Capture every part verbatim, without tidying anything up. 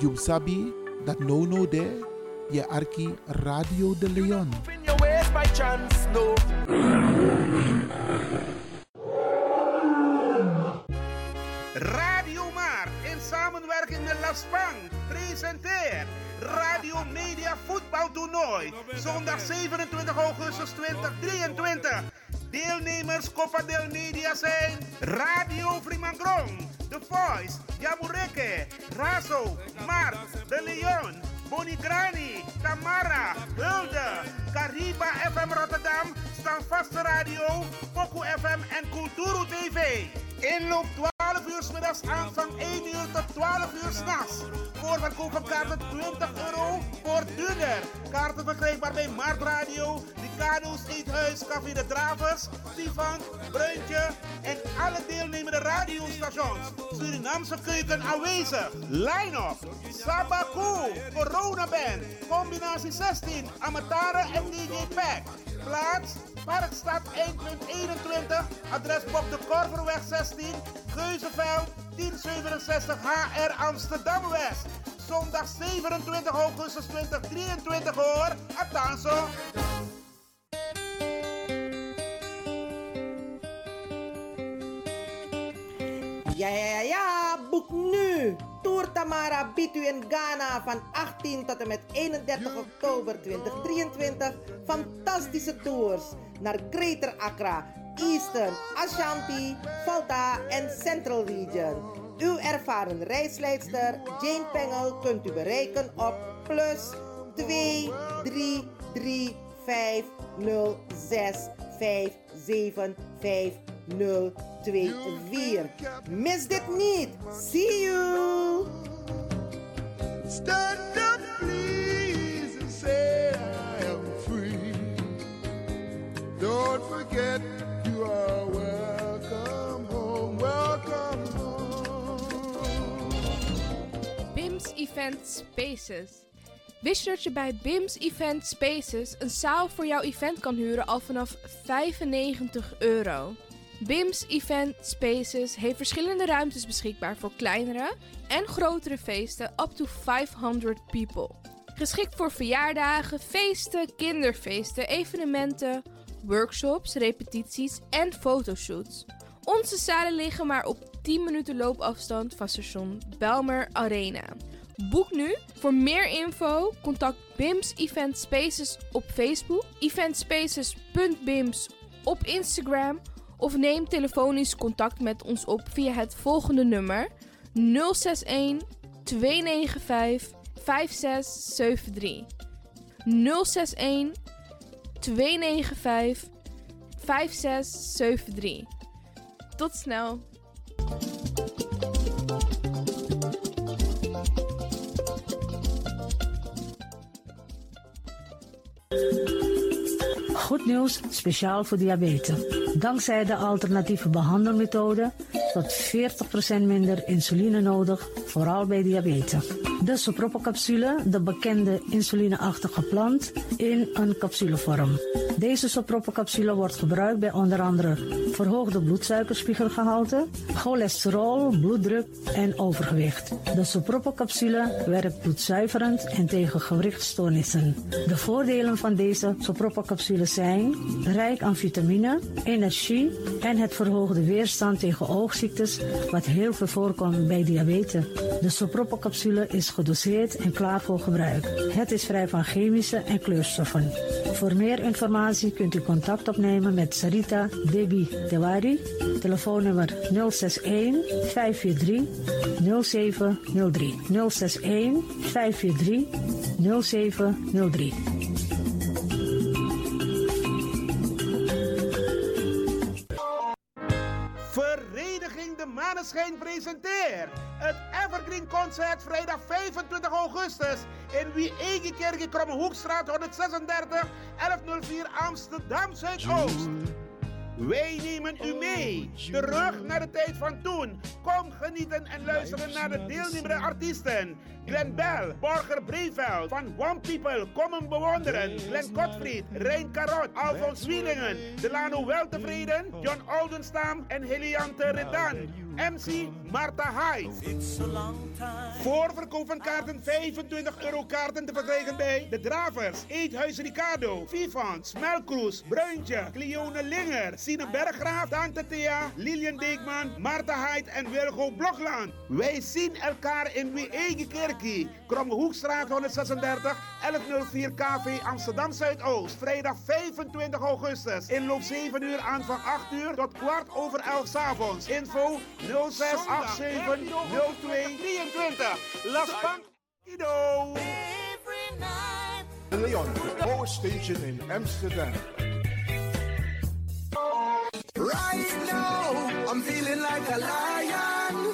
You sabi dat no no de je arki Radio de Leon. Radio Maar in samenwerking met La Spang presenteert Radio Media Voetbaltoernooi. Zondag zevenentwintig augustus tweeduizend drieëntwintig. Deelnemers Copa del Media zijn Radio Vrimangrong, The Voice, Jamureke, Razo, Mart, De Leon, Bonigrani, Tamara, Hulde, Cariba F M Rotterdam, Standvaste Radio, Poco F M en Kulturu T V. Inloop twaalf uur 's middags, aanvang één uur tot twaalf uur 's nachts. Voorverkoop van kaarten twintig euro voor duurder. Kaarten verkrijgbaar bij Mart Radio, Ricardo's Eethuis, Café de Dravers, Stefan, Bruintje en alle deelnemende radiostations. Surinaamse keuken aanwezig. Line-up: Sabaku, Corona Band, Combinatie zestien, Amatare en D J Pack. Plaats: Parkstad Eindpunt eenentwintig, adres Bob de Korverweg zestien, Geuzenveld tien zevenenzestig H R Amsterdam West. Zondag zevenentwintig augustus tweeduizend drieëntwintig hoor. Atanso. Ja, ja, ja, ja, boek nu! Tour Tamara biedt u in Ghana van achttien tot en met eenendertig oktober tweeduizend drieëntwintig fantastische tours naar Greater Accra, Eastern, Ashanti, Volta en Central Region. Uw ervaren reisleidster Jane Pengel kunt u bereiken op plus twee drie drie vijf nul zes vijf zeven vijf nul twee vier. Mis dit niet. See you. Stand up, please, and say I am free. Don't forget you are welcome home, welcome home. B I M S Event Spaces. Wist je dat je bij B I M S Event Spaces een zaal voor jouw event kan huren al vanaf vijfennegentig euro? B I M S Event Spaces heeft verschillende ruimtes beschikbaar voor kleinere en grotere feesten up to vijfhonderd people. Geschikt voor verjaardagen, feesten, kinderfeesten, evenementen, workshops, repetities en fotoshoots. Onze zalen liggen maar op tien minuten loopafstand van station Belmer Arena. Boek nu. Voor meer info contact B I M S Event Spaces op Facebook, eventspaces punt bims op Instagram of neem telefonisch contact met ons op via het volgende nummer nul zes een twee negen vijf vijf zes zeven drie. nul zes een twee negen vijf vijf zes zeven drie. Tot snel. Goed nieuws, speciaal voor diabetes. Dankzij de alternatieve behandelmethode tot veertig procent minder insuline nodig, vooral bij diabetes. De Sopropocapsule, de bekende insulineachtige plant, in een capsulevorm. Deze Sopropocapsule wordt gebruikt bij onder andere verhoogde bloedsuikerspiegelgehalte, cholesterol, bloeddruk en overgewicht. De Sopropocapsule werkt bloedzuiverend en tegen gewrichtstoornissen. De voordelen van deze Sopropocapsule zijn rijk aan vitamine, energie en het verhoogde weerstand tegen oogziektes, wat heel veel voorkomt bij diabetes. De Sopropocapsule is gedoseerd en klaar voor gebruik. Het is vrij van chemische en kleurstoffen. Voor meer informatie kunt u contact opnemen met Sarita Debi Dewari. Telefoonnummer nul zes een vijf vier drie nul zeven nul drie. nul zes een vijf vier drie nul zeven nul drie. Vereniging De Maneschijn presenteert het Evergreen Concert vrijdag vijfentwintig augustus in Wie-Egekerk in Krommehoekstraat honderdzesendertig, elfhonderdvier Amsterdam Zuidoost. Wij nemen u mee, terug naar de tijd van toen. Kom genieten en luisteren naar de deelnemende artiesten. Glenn Bell, Borger Breveld, van One People, kom hem bewonderen. Glenn Gottfried, Rein Karot, Alfons Wielingen, Delano Weltevreden, John Oldenstam en Heliante Redan. M C Marta Hyde. Voorverkoop van kaarten vijfentwintig euro kaarten te verkrijgen bij De Dravers, Eethuis Ricardo, Vivans, Melkroes, Bruintje, Cleone Linger, Sine Berggraaf, Tante Thea, Lilian Deekman, Marta Hyde en Wilgo Blokland. Wij zien elkaar in Wie Eigen Kerkie, Krommehoekstraat honderdzesendertig, elfhonderdvier K V Amsterdam Zuidoost. Vrijdag vijfentwintig augustus. Inloop zeven uur aan van acht uur tot kwart over elf 's avonds. Info nul zes acht zeven nul twee drieëntwintig. Las Bankido. Leon, Power Station in Amsterdam. Right now, I'm feeling like a lion.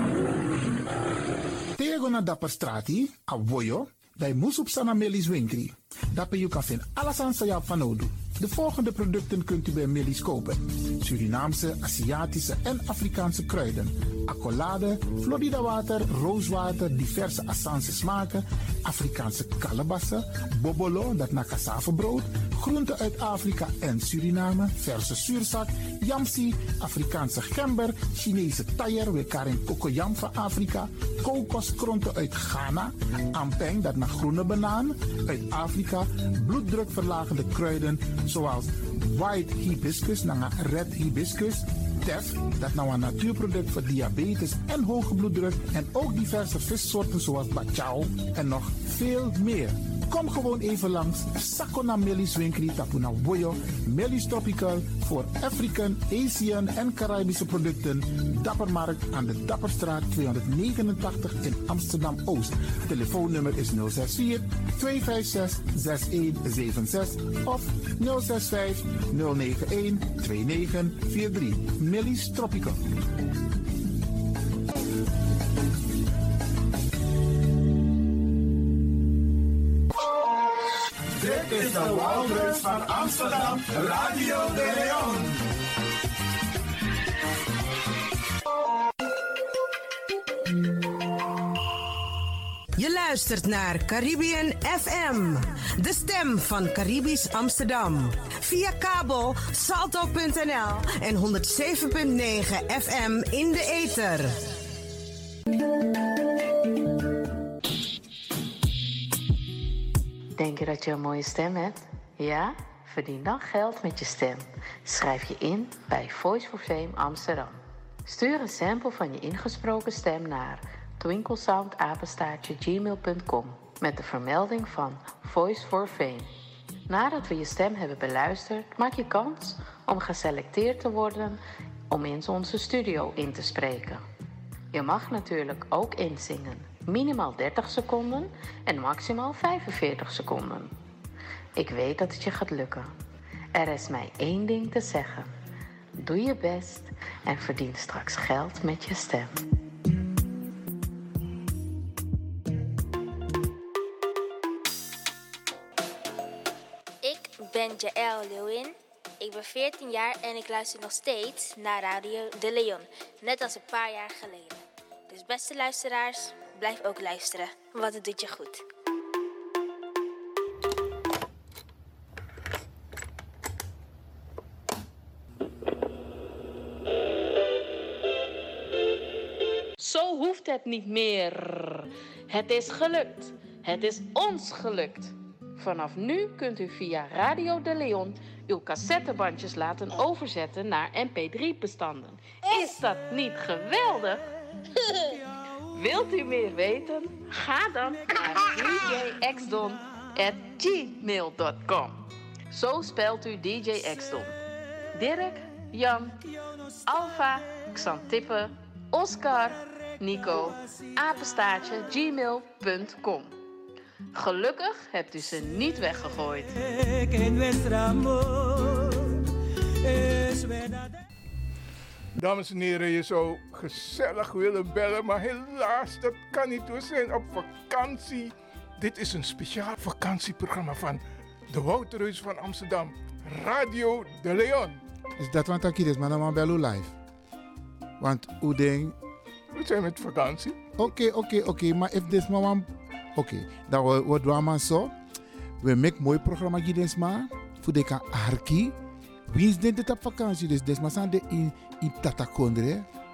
Tego na dapper strati, a voyo, dai musup sana Melis winkri. Dapper you kan vinden alles aan sa van Odu. De volgende producten kunt u bij Melis kopen: Surinaamse, Aziatische en Afrikaanse kruiden, accolade, Florida water, rooswater, diverse Assange smaken, Afrikaanse kalebassen, bobolo, dat na cassavebrood, groenten uit Afrika en Suriname, verse zuurzak, yamsi, Afrikaanse gember, Chinese taier, we karen kokoyam van Afrika, kokoskronten uit Ghana, ampeng, dat na groene banaan, uit Afrika, bloeddrukverlagende kruiden zoals white hibiscus, na red hibiscus, tef, dat nou een natuurproduct voor diabetes en hoge bloeddruk, en ook diverse vissoorten zoals bachao en nog veel meer. Kom gewoon even langs Sakona Melis Winkri Tapuna Boyo, Melis Tropical voor African, Asian en Caribische producten. Dappermarkt aan de Dapperstraat tweehonderdnegenentachtig in Amsterdam Oost. Telefoonnummer is nul zes vier twee vijf zes zes een zeven zes of nul zes vijf nul negen een twee negen vier drie. Melis Tropical. Dit is de Wouders van Amsterdam, Radio de Leon. Je luistert naar Caribbean F M, de stem van Caribisch Amsterdam. Via kabel salto punt n l en honderd zeven punt negen F M in de ether. Denk je dat je een mooie stem hebt? Ja? Verdien dan geld met je stem. Schrijf je in bij Voice for Fame Amsterdam. Stuur een sample van je ingesproken stem naar twinklesound apenstaartje gmail punt com met de vermelding van Voice for Fame. Nadat we je stem hebben beluisterd, maak je kans om geselecteerd te worden om in onze studio in te spreken. Je mag natuurlijk ook inzingen. Minimaal dertig seconden en maximaal vijfenveertig seconden. Ik weet dat het je gaat lukken. Er is mij één ding te zeggen. Doe je best en verdien straks geld met je stem. Ik ben Jaël Leeuwin. Ik ben veertien jaar en ik luister nog steeds naar Radio de Leon. Net als een paar jaar geleden. Dus beste luisteraars, blijf ook luisteren, want het doet je goed. Zo hoeft het niet meer. Het is gelukt. Het is ons gelukt. Vanaf nu kunt u via Radio de Leon uw cassettebandjes laten overzetten naar M P drie bestanden. Is dat niet geweldig? Wilt u meer weten? Ga dan naar d j x don at gmail dot com. Zo spelt u D J X Don. Dirk, Jan, Alpha, Xantippe, Oscar, Nico, apenstaartje gmail punt com. Gelukkig hebt u ze niet weggegooid. Dames en heren, je zou gezellig willen bellen, maar helaas, dat kan niet. We zijn op vakantie. Dit is een speciaal vakantieprogramma van de Wouterhuis van Amsterdam, Radio de Leon. Is dat wat ik is, maar dan maar bellen live. Want hoe denk... We zijn met vakantie. Oké, okay, oké, okay, oké, okay. Maar if dit maar... Oké, okay. Dan wat doen we maar zo. We maken een mooi programma hier maar. Voor de kan arki. Wie is dit op vakantie? Dus dit maar zijn de in in Tatakondre.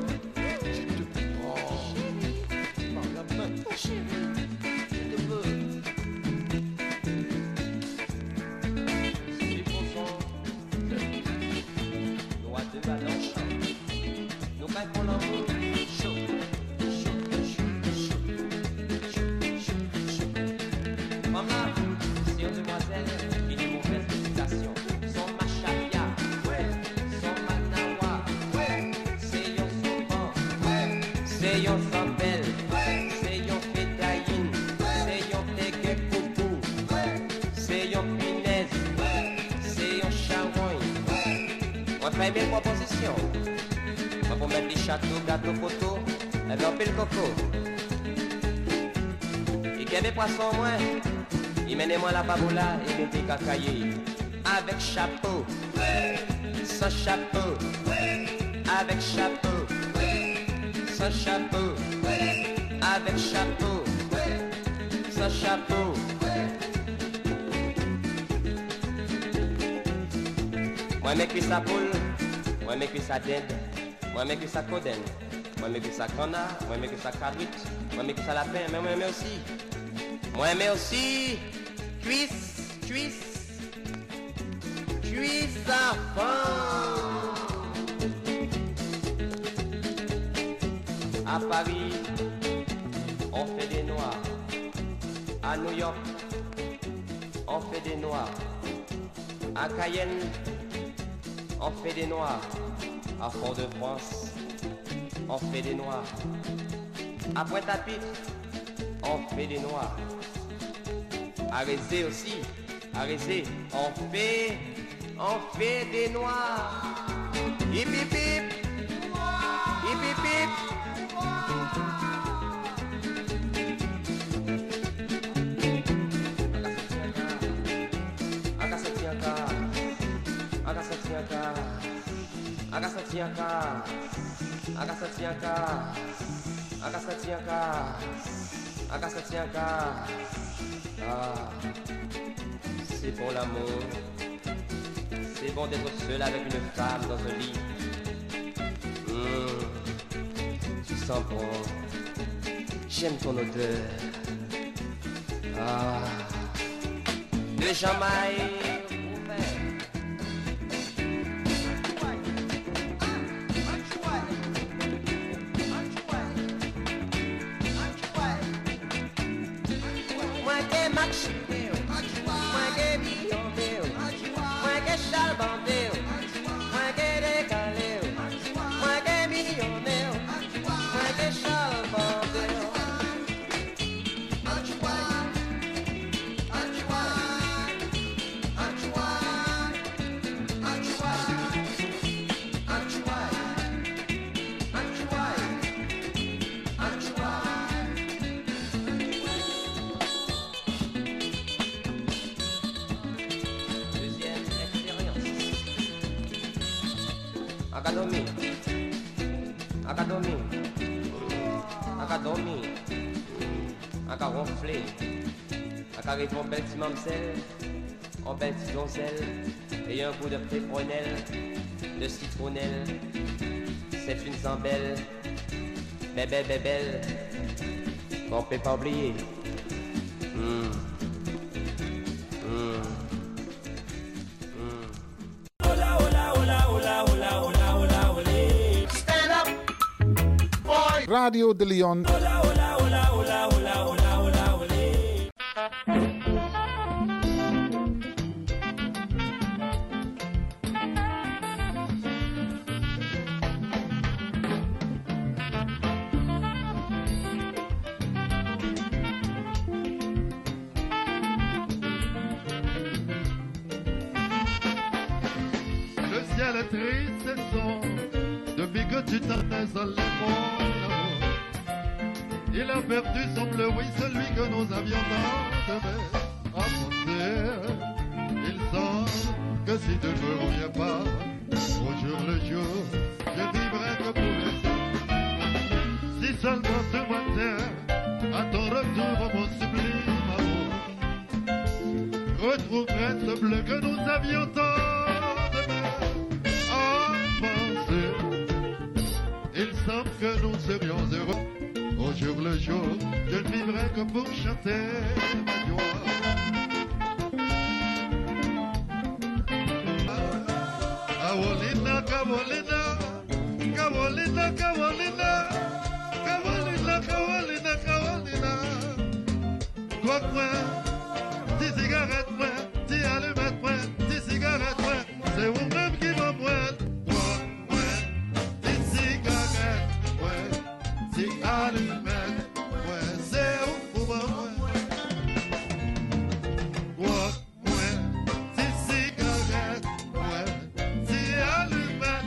ferai mille propositions. Moi pour mettre des châteaux, gâteaux, photos, et bien pile coco. Et qu'il y avait poisson moins, il menait moi la paboula et mettait cacaillé. Avec chapeau, sans chapeau, avec chapeau, sans chapeau, avec chapeau, sans chapeau. Moi me cuis sa poule, moi me cuis sa dinde, moi me cuis sa coden, moi me cuis sa canard, moi me cuis sa cabrite, moi me cuis sa lapin, mais moi me aussi, moi me aussi, cuisse, cuisse. Cuisse à fond. À Paris, on fait des noirs. À New York, on fait des noirs. À Cayenne, on fait des noirs. À Fort-de-France, on fait des noirs. À Pointe-à-Pitre, on fait des noirs. À Rézé aussi, à Rézé, on fait... On fait des noirs. Hip hip hip. Hip hip hip. Agasatiaka. Agasatiaka. Agasatiaka. Agasatiaka. Agasatiaka. Agasatiaka. Ah. C'est pour l'amour. C'est bon d'être seul avec une femme dans un lit. Mmh. Tu sens bon. J'aime ton odeur. Ah. Le Jamaïque ouvert. Moi qui marche, moi qui million. Charbandeu, moi que décaleu, moi que millionnaire, moi que charbandeu. Académie, académie, académie, académie, ronfler, académie en belle petite mamselle, en belle petite donzelle, et un coup de pétronelle, de citronnelle, c'est une zambelle, bébé bébelle, on peut pas oublier. Mm. Mm. Radio de Leon. Le ciel est triste et sombre depuis que tu t'en es allé, mon amour. Il a perdu, semble oui, celui que nous avions tant aimé. À penser, il semble que si tu ne me reviens pas, au jour le jour, je vivrai que pour les autres. Si seulement ce matin, à ton retour, mon sublime amour, retrouverai ce bleu que nous avions tant aimé. À penser, il semble que nous serions heureux. Au jour le jour, je ne vivrai que pour chanter ma joie. Kawolina, Kawolina, Kawolina, Kawolina, Kawolina, Kawolina, Kawolina. Quoi que moi, dix cigarettes moi, dix allumettes moi, dix cigarettes moi, c'est vous-même qui m'emboîte. Quoi que moi, dix cigarettes moi, dix allumettes moi, c'est vous moi. Quoi que moi, dix cigarettes moi, dix allumettes.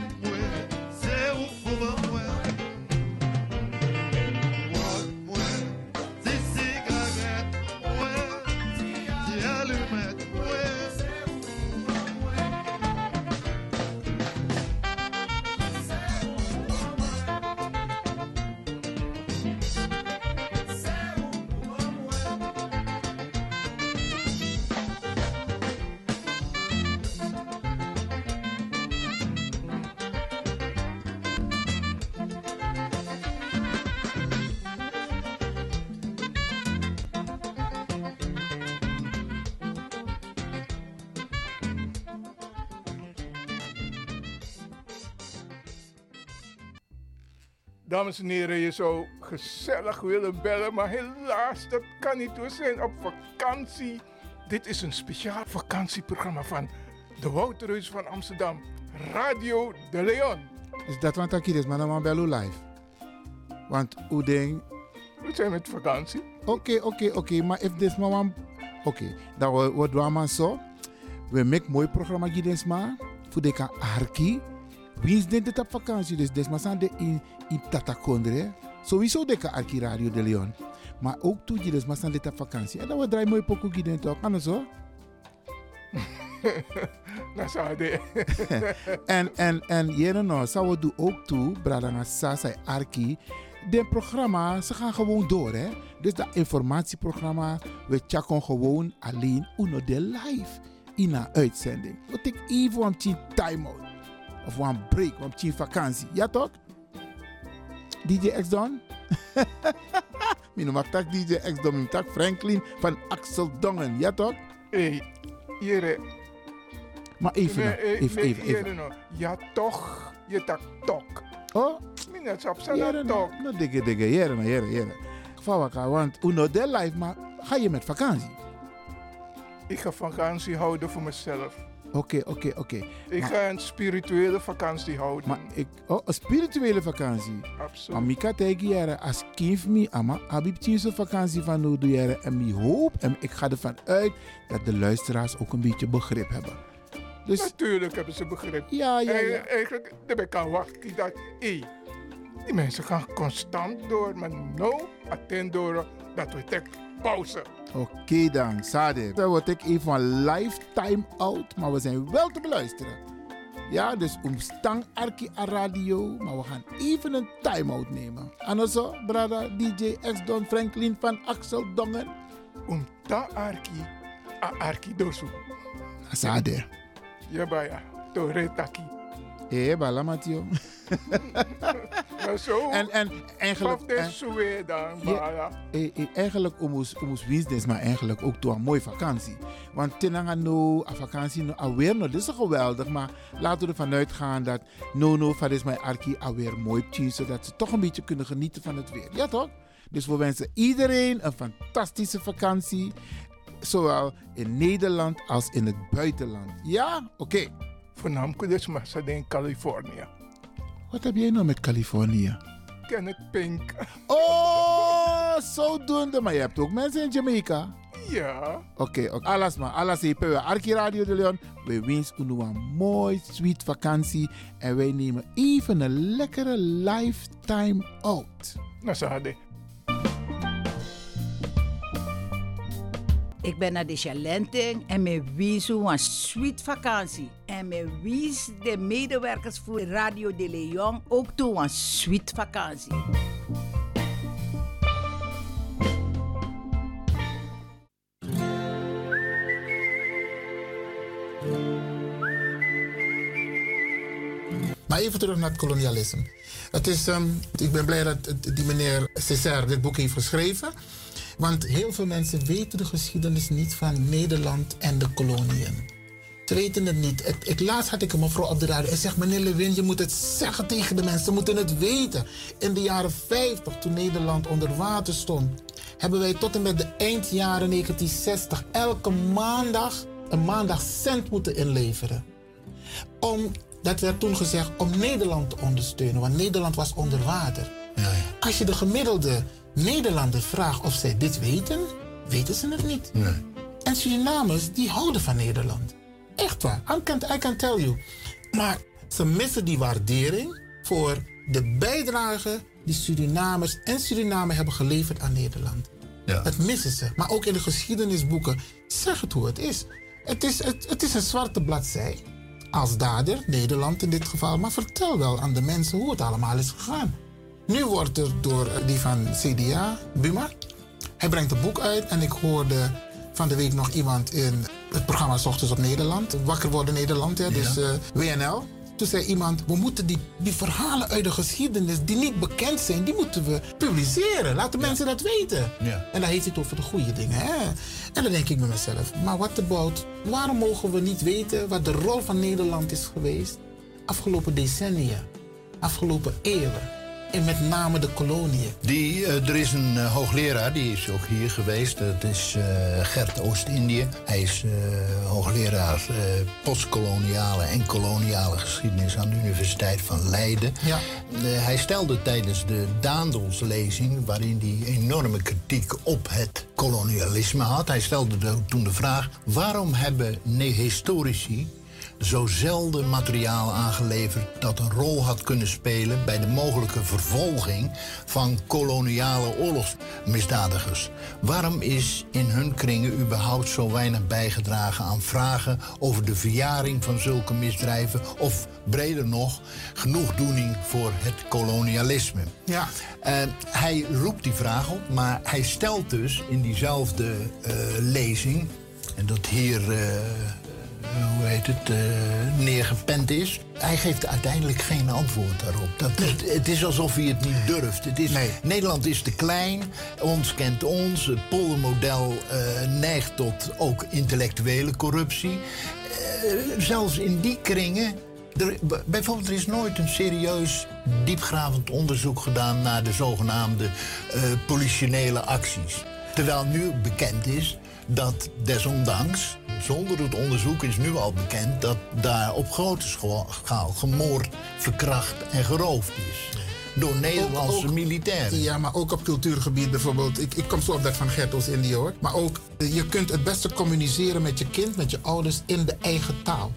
Dames en heren, je zou gezellig willen bellen, maar helaas, dat kan niet. We zijn op vakantie. Dit is een speciaal vakantieprogramma van de Wouterhuis van Amsterdam, Radio de Leon. Is dat wat ik is, maar dan bellen we live. Want hoe denk... We zijn met vakantie. Oké, okay, oké, okay, oké, okay. Maar if dit maar... Oké, okay. Dan wat doen we zo. We maken een mooi programma hier maar. Voor de kan Arki. Wie is dit op vakantie? Dus dit maar zijn de in, in Tatakondre. Sowieso de kan Arki Radio de Leon. Maar ook toe je dus maar zijn dit op vakantie. En dan we draaien mooi pokoe hier toch? Kan zo? Dat zou de. En en en hier nou, zou we doen ook toe, Bradanga Sasa Arki. De programma, ze gaan gewoon door, hè. Dus dat informatieprogramma, we checken gewoon alleen uno de live in een uitzending. We take even een time-out. Of een break, een vakantie. Ja toch? D J X-Don? Mijn noem tak D J X-Don, mijn tak Franklin van Axel Dongen. Ja toch? Hé, hier. Maar even, nee, nou, even, even, even. even. Nou. Ja toch, je tak tok. Oh? Minutes op zijn tok. Nou, dikke, dikke, hier, hier, hier. Vawaka, want uno de live, maar ga je met vakantie? Ik ga vakantie houden voor mezelf. Oké, okay, oké, okay, oké. Okay. Ik maar, ga een spirituele vakantie houden. Maar ik, oh, een spirituele vakantie? Absoluut. Maar ik kan tegen jaren, als kind me, ama, heb ik een vakantie van nu doe jaren. En ik hoop, en ik ga ervan uit, dat de luisteraars ook een beetje begrip hebben. Dus, natuurlijk hebben ze begrip. Ja, ja, ja. Eigenlijk, daar ben ik aan wachten. Dat, hey, die mensen gaan constant door, maar nou, attend door, dat we tek pauze. Oké okay dan, Sade. Dan word ik even een lifetime out, maar we zijn wel te beluisteren. Ja, dus omstang Arki a radio, maar we gaan even een time-out nemen. En zo, brada, D J X-Don Franklin van Axel Dongen. Omstang Arki a Arki dosu. Sade. Ja, baya, to retaki. Eh, bala Mathieu. Zo. En, en eigenlijk. Of dit zo weer dan, bala. Eh, eh, eigenlijk, omus, omus winst, maar eigenlijk ook door een mooie vakantie. Want tenanga no, a vakantie no, alweer no, dit is geweldig, maar laten we ervan uitgaan dat no, no, van is mijn Arki alweer mooi tien, zodat ze toch een beetje kunnen genieten van het weer. Ja, toch? Dus we wensen iedereen een fantastische vakantie. Zowel in Nederland als in het buitenland. Ja? Oké. Okay. Voornamelijk dus maar in Californië. Wat heb jij nou met Californië? Kenneth Pink. Oh, zodoende. Maar je hebt ook mensen in Jamaica. Ja. Oké, okay, okay. Alles maar. Alles even. We Arki Radio de Leon. We wensen u een mooi, sweet vakantie. En wij nemen even een lekkere lifetime out. Nou, zo hadden. Ik ben naar de Chalenting en me wies een sweet vakantie. En me wies de medewerkers voor Radio de Leon ook toe een sweet vakantie. Maar even terug naar het kolonialisme. Het is, um, ik ben blij dat die meneer Césaire dit boek heeft geschreven. Want heel veel mensen weten de geschiedenis niet van Nederland en de koloniën. Ze weten het niet. Ik, ik, laatst had ik een mevrouw op de radio en zegt: meneer Lewin, je moet het zeggen tegen de mensen. Ze moeten het weten. In de jaren vijftig, toen Nederland onder water stond, hebben wij tot en met de eindjaren negentien zestig elke maandag een maandagcent moeten inleveren. Om, dat werd toen gezegd om Nederland te ondersteunen, want Nederland was onder water. Ja, ja. Als je de gemiddelde Nederlander vraagt of zij dit weten, weten ze het niet. Nee. En Surinamers, die houden van Nederland. Echt waar, I can, I can tell you. Maar ze missen die waardering voor de bijdrage die Surinamers en Suriname hebben geleverd aan Nederland. Ja. Dat missen ze. Maar ook in de geschiedenisboeken, zeg het hoe het is. Het is, het, het is een zwarte bladzij. Als dader, Nederland in dit geval. Maar vertel wel aan de mensen hoe het allemaal is gegaan. Nu wordt er door die van C D A, Buma, hij brengt een boek uit. En ik hoorde van de week nog iemand in het programma 's Ochtends op Nederland. Wakker worden Nederland, hè, dus uh, W N L. Toen zei iemand, we moeten die, die verhalen uit de geschiedenis die niet bekend zijn, die moeten we publiceren. Laten ja. mensen dat weten. Ja. En dan heeft hij het over de goede dingen. Hè? En dan denk ik bij mezelf, maar what about, waarom mogen we niet weten wat de rol van Nederland is geweest afgelopen decennia, afgelopen eeuwen? in met name de koloniën? Die, uh, er is een uh, hoogleraar, die is ook hier geweest. Dat is uh, Gert Oost-Indië. Hij is uh, hoogleraar uh, postkoloniale en koloniale geschiedenis aan de Universiteit van Leiden. Ja. Uh, hij stelde tijdens de Daendels-lezing, waarin hij enorme kritiek op het kolonialisme had. Hij stelde de, toen de vraag: waarom hebben nee, historici zo zelden materiaal aangeleverd dat een rol had kunnen spelen bij de mogelijke vervolging van koloniale oorlogsmisdadigers? Waarom is in hun kringen überhaupt zo weinig bijgedragen aan vragen over de verjaring van zulke misdrijven of breder nog, genoegdoening voor het kolonialisme? Ja. Uh, hij roept die vraag op, maar hij stelt dus in diezelfde uh, lezing, en dat hier Uh, hoe heet het, uh, neergepend is. Hij geeft uiteindelijk geen antwoord daarop. Dat, nee. het, het is alsof hij het niet durft. Het is, nee. Nederland is te klein, ons kent ons. Het poldermodel uh, neigt tot ook intellectuele corruptie. Uh, zelfs in die kringen. Er, bijvoorbeeld, er is nooit een serieus diepgravend onderzoek gedaan naar de zogenaamde uh, politionele acties. Terwijl nu bekend is dat desondanks, zonder het onderzoek is nu al bekend dat daar op grote schaal gemoord, verkracht en geroofd is. Door Nederlandse ook, ook, militairen. Ja, maar ook op cultuurgebied bijvoorbeeld. Ik, ik kom zo op dat van Gert Oost-Indië hoor. Maar ook, je kunt het beste communiceren met je kind, met je ouders in de eigen taal.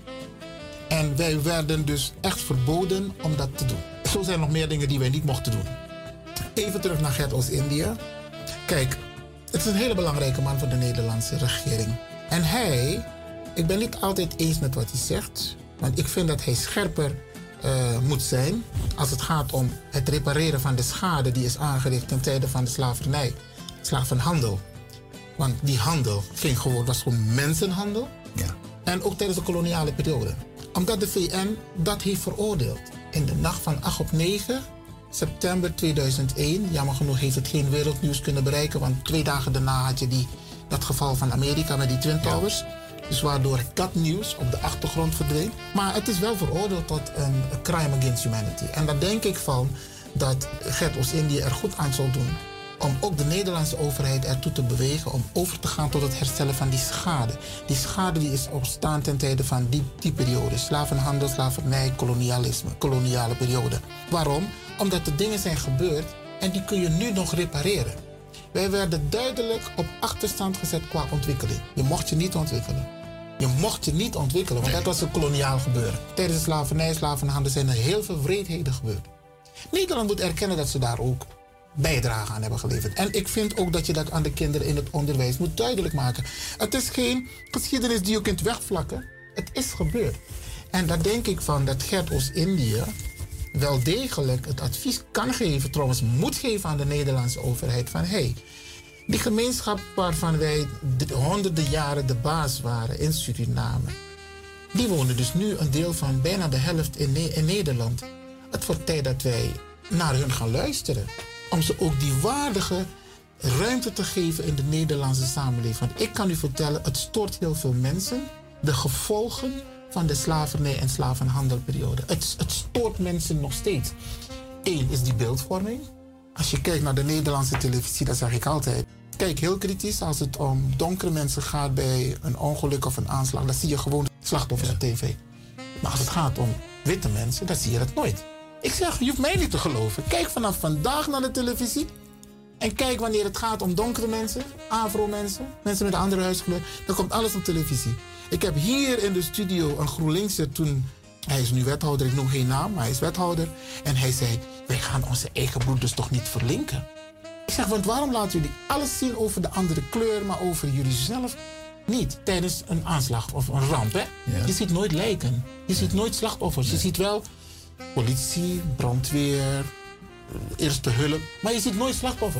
En wij werden dus echt verboden om dat te doen. Zo zijn nog meer dingen die wij niet mochten doen. Even terug naar Gert Oost-Indië. Kijk, het is een hele belangrijke man voor de Nederlandse regering. En hij, ik ben niet altijd eens met wat hij zegt. Want ik vind dat hij scherper uh, moet zijn als het gaat om het repareren van de schade die is aangericht ten tijde van de slavernij, slavenhandel. Want die handel ging gewoon, was gewoon mensenhandel. Ja. En ook tijdens de koloniale periode. Omdat de V N dat heeft veroordeeld. In de nacht van acht op negen september tweeduizend één. Jammer genoeg heeft het geen wereldnieuws kunnen bereiken. Want twee dagen daarna had je die, dat geval van Amerika met die Twin Towers. Ja. Dus waardoor dat nieuws op de achtergrond verdween. Maar het is wel veroordeeld tot een crime against humanity. En daar denk ik van dat Gert Oost-Indië er goed aan zal doen om ook de Nederlandse overheid ertoe te bewegen om over te gaan tot het herstellen van die schade. Die schade die is ontstaan ten tijde van die, die periode. Slavenhandel, slavernij, kolonialisme, koloniale periode. Waarom? Omdat er dingen zijn gebeurd en die kun je nu nog repareren. Wij werden duidelijk op achterstand gezet qua ontwikkeling. Je mocht je niet ontwikkelen. Je mocht je niet ontwikkelen, want dat was een koloniaal gebeuren. Tijdens de slavernij, slavenhandel zijn er heel veel wreedheden gebeurd. Nederland moet erkennen dat ze daar ook bijdrage aan hebben geleverd. En ik vind ook dat je dat aan de kinderen in het onderwijs moet duidelijk maken. Het is geen geschiedenis die je kunt wegvlakken. Het is gebeurd. En daar denk ik van dat Gert Oost-Indië wel degelijk het advies kan geven, trouwens moet geven aan de Nederlandse overheid van hey, die gemeenschap waarvan wij de honderden jaren de baas waren in Suriname, die wonen dus nu een deel van bijna de helft in, ne- in Nederland. Het wordt tijd dat wij naar hun gaan luisteren. Om ze ook die waardige ruimte te geven in de Nederlandse samenleving. Want ik kan u vertellen, het stoort heel veel mensen. De gevolgen van de slavernij en slavenhandelperiode. Het, het stoort mensen nog steeds. Eén is die beeldvorming. Als je kijkt naar de Nederlandse televisie, dat zeg ik altijd. Kijk heel kritisch als het om donkere mensen gaat bij een ongeluk of een aanslag. Dan zie je gewoon slachtoffers op tv. Maar als het gaat om witte mensen, dan zie je dat nooit. Ik zeg, je hoeft mij niet te geloven. Kijk vanaf vandaag naar de televisie. En kijk wanneer het gaat om donkere mensen, afro-mensen, mensen met een andere huidskleur. Dan komt alles op televisie. Ik heb hier in de studio een GroenLinkser toen, hij is nu wethouder, ik noem geen naam, maar hij is wethouder. En hij zei, wij gaan onze eigen broeders toch niet verlinken. Ik zeg, want waarom laten jullie alles zien over de andere kleur, maar over jullie zelf niet? Tijdens een aanslag of een ramp, hè? Ja. Je ziet nooit lijken. Je ziet nooit slachtoffers. Nee. Je ziet wel politie, brandweer, eerste hulp. Maar je ziet nooit slachtoffers.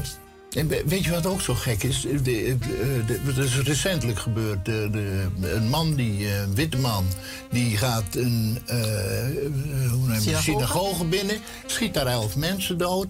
En weet je wat ook zo gek is? De, de, de, dat is recentelijk gebeurd. De, de, een man, die, een witte man, die gaat een uh, hoe neem je, synagoge binnen, schiet daar elf mensen dood.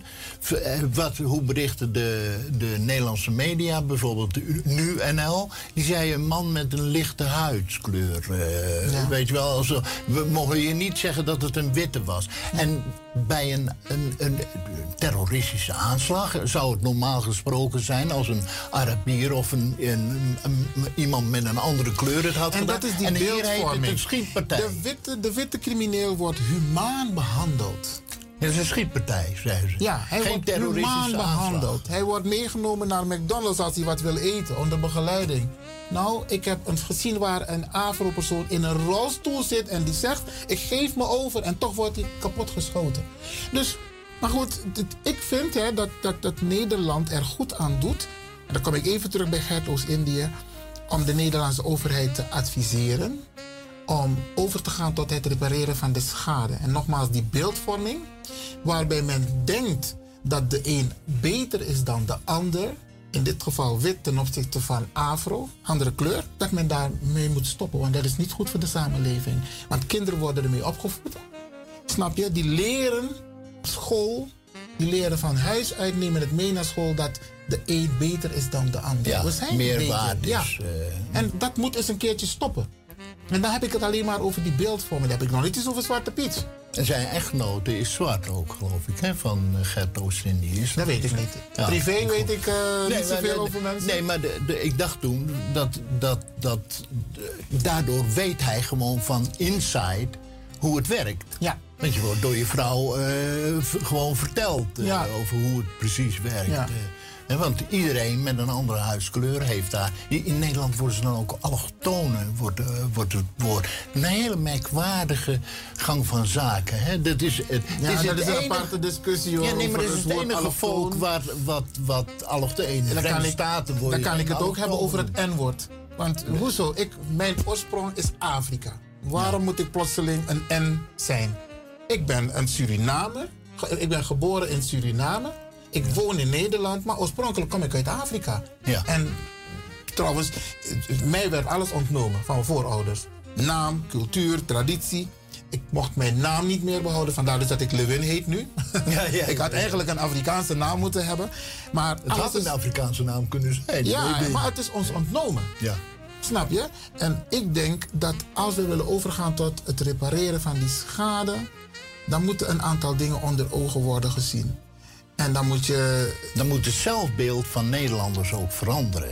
Wat, hoe berichten de, de Nederlandse media, bijvoorbeeld de Nu N L, die zei een man met een lichte huidskleur. Uh, ja. Weet je wel, also, we mogen hier niet zeggen dat het een witte was. Ja. En bij een, een, een terroristische aanslag zou het normaal gesproken zijn als een Arabier of een, een, een, een, iemand met een andere kleur het had en gedaan. Dat is die en beeldvorming. hier heet het een schietpartij. De witte, de witte crimineel wordt humaan behandeld. Het is een schietpartij, zeggen ze. Ja, hij Geen wordt humaan behandeld. Hij wordt meegenomen naar McDonald's als hij wat wil eten, onder begeleiding. Nou, ik heb een gezien waar een Afro-persoon in een rolstoel zit en die zegt, ik geef me over en toch wordt hij kapot geschoten. Dus, maar goed, ik vind hè, dat, dat, dat Nederland er goed aan doet. En dan kom ik even terug bij Gert Oost-Indië, om de Nederlandse overheid te adviseren om over te gaan tot het repareren van de schade. En nogmaals, die beeldvorming, waarbij men denkt dat de een beter is dan de ander, in dit geval wit ten opzichte van afro, andere kleur, dat men daarmee moet stoppen. Want dat is niet goed voor de samenleving. Want kinderen worden ermee opgevoed. Snap je? Die leren op school, die leren van huis uit, nemen het mee naar school dat de een beter is dan de ander. Ja, We zijn meer beter. waard is. Ja. Uh... En dat moet eens een keertje stoppen. En dan heb ik het alleen maar over die beeldvorming. Dan heb ik nog niet eens over Zwarte Piet. En zijn echtgenote is zwart ook, geloof ik, hè, van Gert Oost-Indië. Dat weet ik niet. Ja. Privé weet ik uh, nee, niet zoveel de, over mensen. Nee, maar de, de, ik dacht toen dat, dat, dat de, daardoor weet hij gewoon van inside hoe het werkt. Ja. Want je wordt door je vrouw uh, v- gewoon verteld uh, ja. over hoe het precies werkt. Ja. Uh, Want iedereen met een andere huidskleur heeft daar... In Nederland worden ze dan ook allochtonen, wordt, uh, wordt het woord. Een hele merkwaardige gang van zaken. Hè? Dat is, het, ja, is dat het is enige, een aparte discussie over ja, nee, maar dat is het het woord enige allochtoon. volk waar, wat, wat allochtoon in de Verenigde Staten wordt. Dan kan ik het ook allochtoon. hebben over het N-woord. Want ja. hoezo? Ik, mijn oorsprong is Afrika. Waarom ja. moet ik plotseling een N zijn? Ik ben een Surinamer. Ik ben geboren in Suriname. Ik ja. woon in Nederland, maar oorspronkelijk kom ik uit Afrika. Ja. En trouwens, mij werd alles ontnomen van mijn voorouders. Naam, cultuur, traditie. Ik mocht mijn naam niet meer behouden, vandaar dus dat ik Lewin heet nu. Ja, ja, ik had eigenlijk een Afrikaanse naam moeten hebben. Maar het had een Afrikaanse naam kunnen zijn. Ja, maar het is ons ontnomen. Ja. Snap je? En ik denk dat als we willen overgaan tot het repareren van die schade, dan moeten een aantal dingen onder ogen worden gezien. En dan moet je... Dan moet het zelfbeeld van Nederlanders ook veranderen.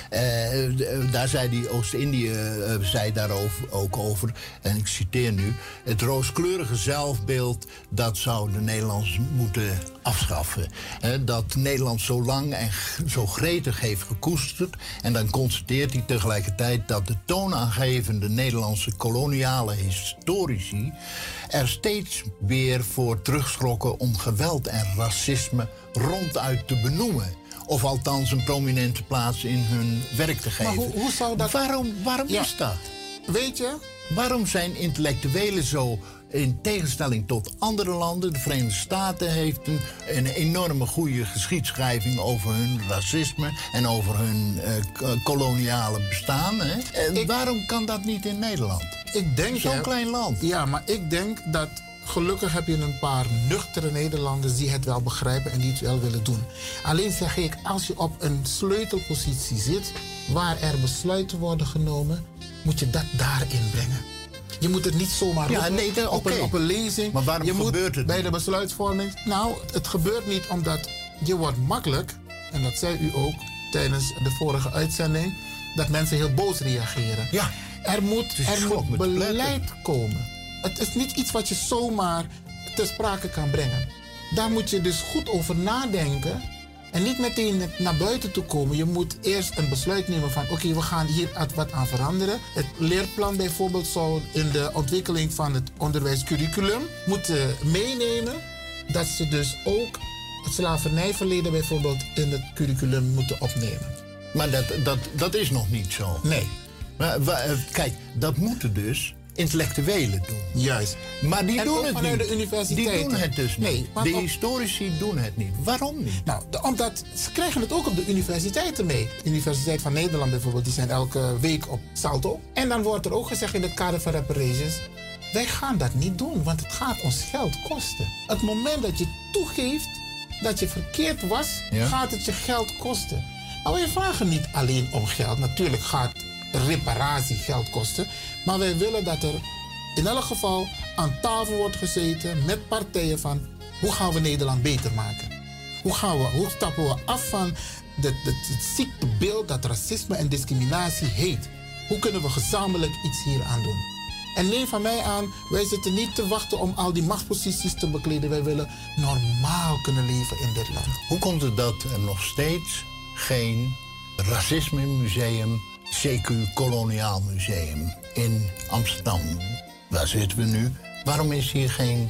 Uh, daar zei die Oost-Indië uh, zei daarover, ook over, en ik citeer nu, het rooskleurige zelfbeeld, dat zou de Nederlanders moeten afschaffen. Uh, dat Nederland zo lang en zo gretig heeft gekoesterd. En dan constateert hij tegelijkertijd dat de toonaangevende Nederlandse koloniale historici er steeds weer voor terugschrokken om geweld en racisme ronduit te benoemen. Of althans een prominente plaats in hun werk te geven. Maar hoe, hoe zou dat... Waarom, waarom ja. is dat? Weet je? Waarom zijn intellectuelen zo, in tegenstelling tot andere landen... de Verenigde Staten heeft een, een enorme goede geschiedschrijving over hun racisme en over hun uh, koloniale bestaan. Hè? En ik, waarom kan dat niet in Nederland? Ik denk... Zo'n klein land. Ja, maar ik denk dat... Gelukkig heb je een paar nuchtere Nederlanders die het wel begrijpen en die het wel willen doen. Alleen zeg ik, als je op een sleutelpositie zit waar er besluiten worden genomen, moet je dat daarin brengen. Je moet het niet zomaar ja, nee, dat, op, okay. een, op een lezing. Maar waarom je gebeurt moet het bij niet? de besluitvorming... Nou, het gebeurt niet omdat je wordt makkelijk, en dat zei u ook tijdens de vorige uitzending, dat mensen heel boos reageren. Ja. Er moet, er moet beleid komen. Het is niet iets wat je zomaar ter sprake kan brengen. Daar moet je dus goed over nadenken en niet meteen naar buiten toe komen. Je moet eerst een besluit nemen van oké, okay, we gaan hier wat aan veranderen. Het leerplan bijvoorbeeld zou in de ontwikkeling van het onderwijscurriculum moeten meenemen dat ze dus ook het slavernijverleden bijvoorbeeld in het curriculum moeten opnemen. Maar dat, dat, dat is nog niet zo. Nee. Maar, kijk, dat moeten dus intellectuelen doen. Juist. Maar die en doen ook het vanuit niet. de universiteiten. Die doen het dus niet. Nee, de op... historici doen het niet. Waarom niet? Nou, de, omdat ze krijgen het ook op de universiteiten mee. De Universiteit van Nederland bijvoorbeeld, die zijn elke week op Salto. En dan wordt er ook gezegd in het kader van reparations, wij gaan dat niet doen, want het gaat ons geld kosten. Het moment dat je toegeeft dat je verkeerd was, ja. gaat het je geld kosten. Maar wij vragen niet alleen om geld. Natuurlijk gaat reparatie geld kosten. Maar wij willen dat er in elk geval aan tafel wordt gezeten met partijen van hoe gaan we Nederland beter maken? Hoe, gaan we, hoe stappen we af van de, de, het ziektebeeld dat racisme en discriminatie heet? Hoe kunnen we gezamenlijk iets hier aan doen? En neem van mij aan, wij zitten niet te wachten om al die machtsposities te bekleden. Wij willen normaal kunnen leven in dit land. Hoe komt het dat er nog steeds geen racisme-museum, C Q Koloniaal Museum in Amsterdam, waar zitten we nu? Waarom is hier geen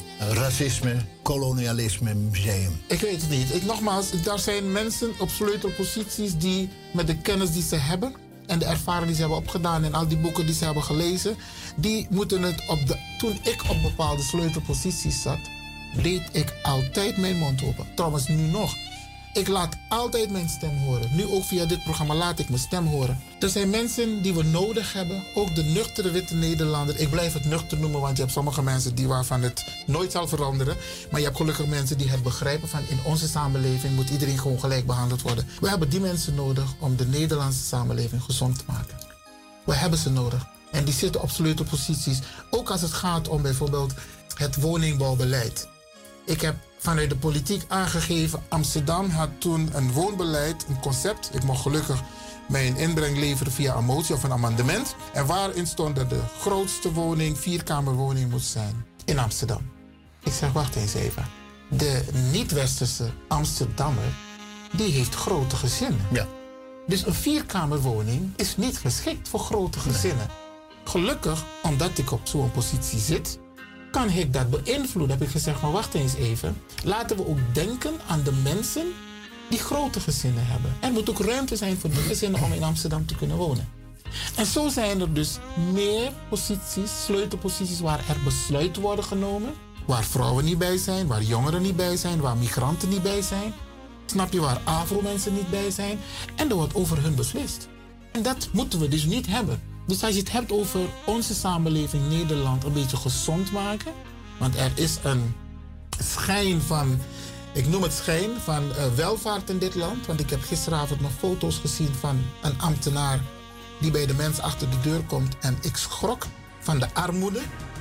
racisme-kolonialisme-museum? Ik weet het niet. Ik, nogmaals, daar zijn mensen op sleutelposities die met de kennis die ze hebben en de ervaring die ze hebben opgedaan en al die boeken die ze hebben gelezen, die moeten het op de... Toen ik op bepaalde sleutelposities zat, deed ik altijd mijn mond open. Trouwens, nu nog. Ik laat altijd mijn stem horen. Nu ook via dit programma laat ik mijn stem horen. Er zijn mensen die we nodig hebben. Ook de nuchtere witte Nederlander. Ik blijf het nuchter noemen, want je hebt sommige mensen die waarvan het nooit zal veranderen. Maar je hebt gelukkig mensen die het begrijpen van in onze samenleving moet iedereen gewoon gelijk behandeld worden. We hebben die mensen nodig om de Nederlandse samenleving gezond te maken. We hebben ze nodig. En die zitten op sleutelposities. Ook als het gaat om bijvoorbeeld het woningbouwbeleid. Ik heb vanuit de politiek aangegeven, Amsterdam had toen een woonbeleid, een concept. Ik mocht gelukkig mijn inbreng leveren via een motie of een amendement. En waarin stond dat de grootste woning, vierkamerwoning moet zijn in Amsterdam. Ik zeg, wacht eens even. De niet-westerse Amsterdammer, die heeft grote gezinnen. Ja. Dus een vierkamerwoning is niet geschikt voor grote gezinnen. Nee. Gelukkig, omdat ik op zo'n positie zit, kan ik dat beïnvloeden. Heb ik gezegd, maar wacht eens even. Laten we ook denken aan de mensen die grote gezinnen hebben. Er moet ook ruimte zijn voor die gezinnen om in Amsterdam te kunnen wonen. En zo zijn er dus meer posities, sleutelposities waar er besluiten worden genomen. Waar vrouwen niet bij zijn, waar jongeren niet bij zijn, waar migranten niet bij zijn. Snap je, waar Afro-mensen niet bij zijn. En er wordt over hun beslist. En dat moeten we dus niet hebben. Dus als je het hebt over onze samenleving Nederland een beetje gezond maken. Want er is een schijn van, ik noem het schijn, van uh, welvaart in dit land. Want ik heb gisteravond nog foto's gezien van een ambtenaar die bij de mens achter de deur komt. En ik schrok van de armoede.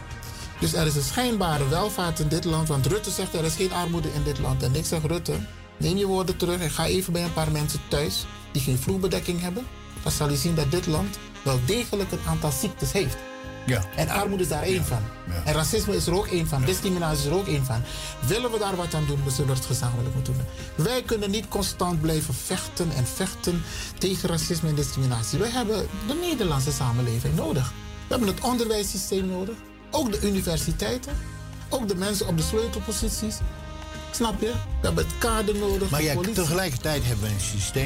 Dus er is een schijnbare welvaart in dit land. Want Rutte zegt er is geen armoede in dit land. En ik zeg Rutte, neem je woorden terug en ga even bij een paar mensen thuis die geen vloerbedekking hebben. Dan zal je zien dat dit land wel degelijk een aantal ziektes heeft. Ja. En armoede is daar één ja. van. Ja. En racisme is er ook één van. Ja. Discriminatie is er ook één van. Willen we daar wat aan doen, we zullen het gezamenlijk moeten doen. Wij kunnen niet constant blijven vechten en vechten tegen racisme en discriminatie. Wij hebben de Nederlandse samenleving nodig. We hebben het onderwijssysteem nodig. Ook de universiteiten. Ook de mensen op de sleutelposities. Snap je? We hebben het kader nodig. Maar ja, politie. tegelijkertijd hebben we een systeem.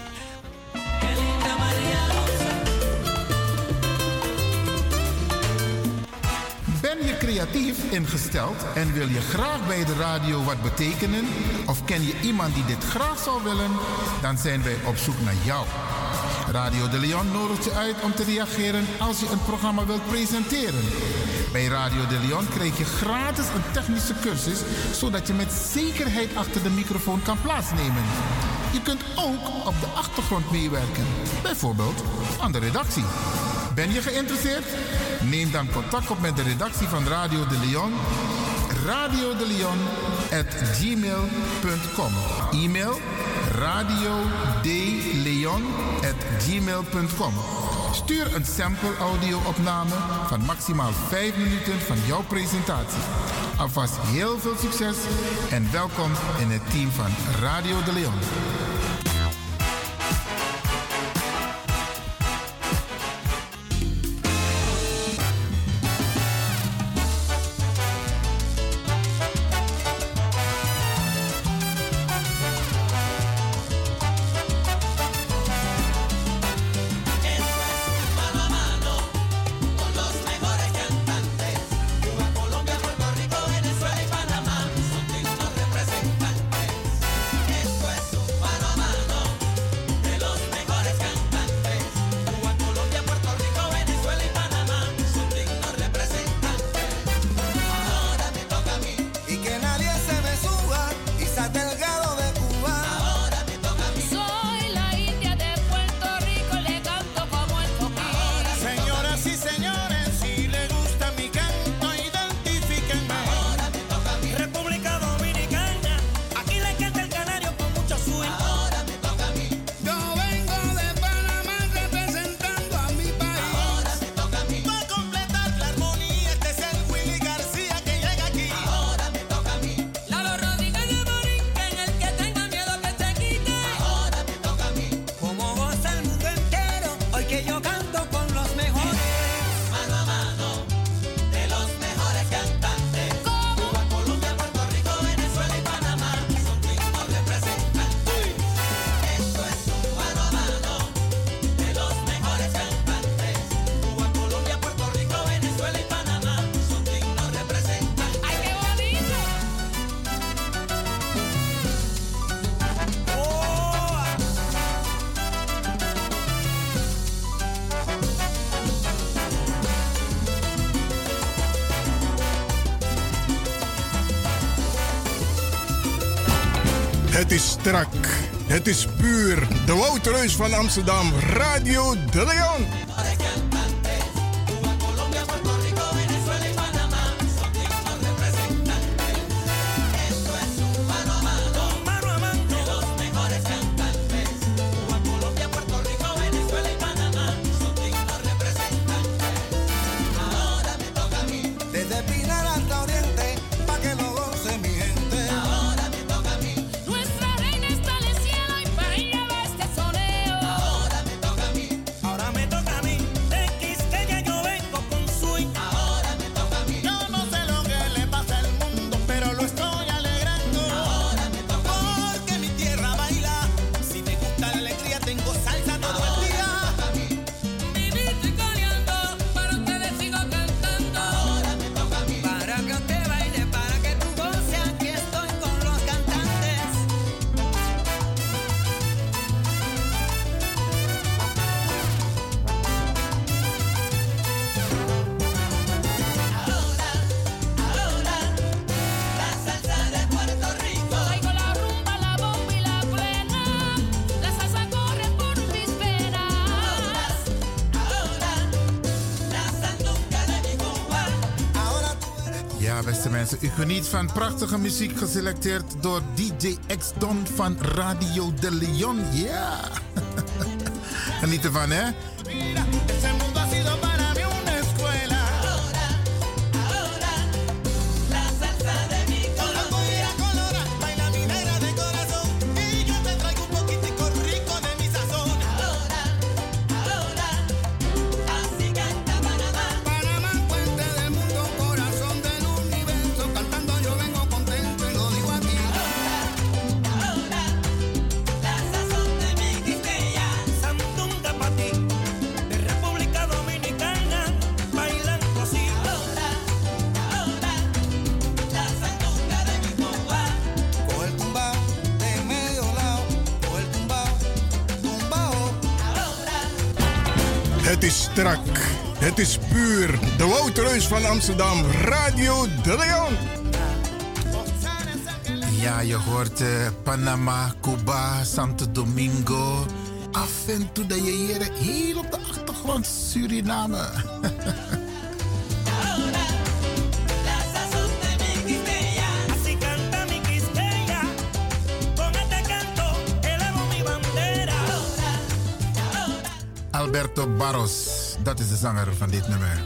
Ben je creatief ingesteld en wil je graag bij de radio wat betekenen? Of ken je iemand die dit graag zou willen? Dan zijn wij op zoek naar jou. Radio de Leon nodigt je uit om te reageren als je een programma wilt presenteren. Bij Radio de Leon krijg je gratis een technische cursus, zodat je met zekerheid achter de microfoon kan plaatsnemen. Je kunt ook op de achtergrond meewerken, bijvoorbeeld aan de redactie. Ben je geïnteresseerd? Neem dan contact op met de redactie van Radio de Leon. radio de leon at gmail punt com. E-mail radiodeleon at gmail punt com. Stuur een sample audio-opname van maximaal vijf minuten van jouw presentatie. Alvast heel veel succes en welkom in het team van Radio de Leon. Mano a mano con los mejores cantantes. Het is strak. Het is puur. De Woutreus van Amsterdam. Radio De Leon. U geniet van prachtige muziek geselecteerd door D J X-Don van Radio De Leon. Ja! Yeah. Geniet ervan, hè? Het is strak. Het is puur. De Woutreus van Amsterdam. Radio De Leon. Ja, je hoort uh, Panama, Cuba, Santo Domingo. Af en toe dat je hier heel op de achtergrond Suriname. Alberto Barros, dat is de zanger van dit nummer.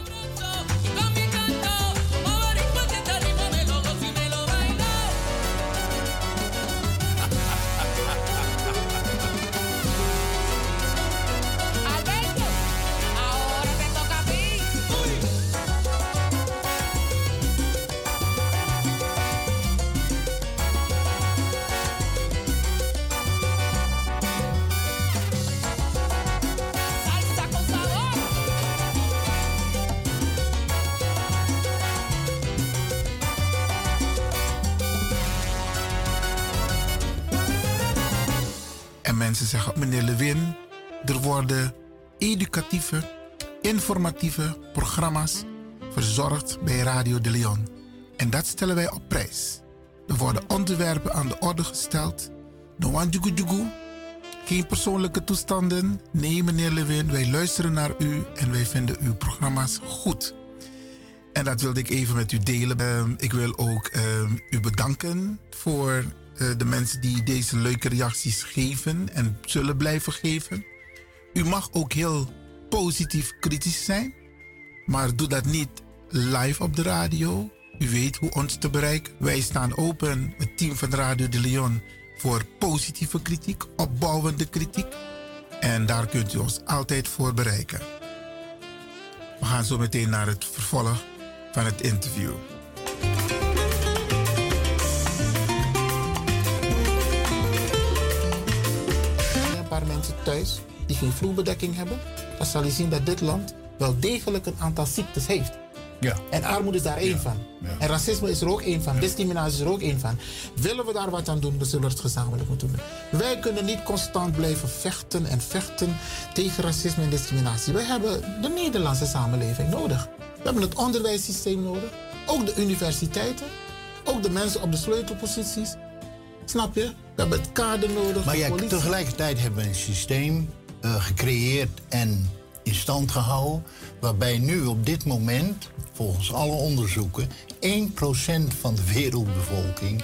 Mensen zeggen, meneer Lewin, er worden educatieve, informatieve programma's verzorgd bij Radio De Leon. En dat stellen wij op prijs. Er worden onderwerpen aan de orde gesteld. No one jugu jugu. Geen persoonlijke toestanden. Nee, meneer Lewin, wij luisteren naar u en wij vinden uw programma's goed. En dat wilde ik even met u delen. Uh, ik wil ook uh, u bedanken voor uh, de mensen die deze leuke reacties geven en zullen blijven geven. U mag ook heel positief kritisch zijn, maar doe dat niet live op de radio. U weet hoe ons te bereiken. Wij staan open, het team van Radio De Leon, voor positieve kritiek, opbouwende kritiek. En daar kunt u ons altijd voor bereiken. We gaan zo meteen naar het vervolg van het interview. Een paar mensen thuis die geen vloerbedekking hebben, dan zal je zien dat dit land wel degelijk een aantal ziektes heeft. Ja. En armoede is daar één ja. van. Ja. En racisme is er ook één van. Ja. Discriminatie is er ook één van. Willen we daar wat aan doen, dan zullen we het gezamenlijk moeten doen. Wij kunnen niet constant blijven vechten en vechten tegen racisme en discriminatie. Wij hebben de Nederlandse samenleving nodig. We hebben het onderwijssysteem nodig. Ook de universiteiten. Ook de mensen op de sleutelposities. Snap je? We We hebben het kader nodig. Maar de ja, politie. tegelijkertijd hebben we een systeem uh, gecreëerd en in stand gehouden, waarbij nu op dit moment, volgens alle onderzoeken, één procent van de wereldbevolking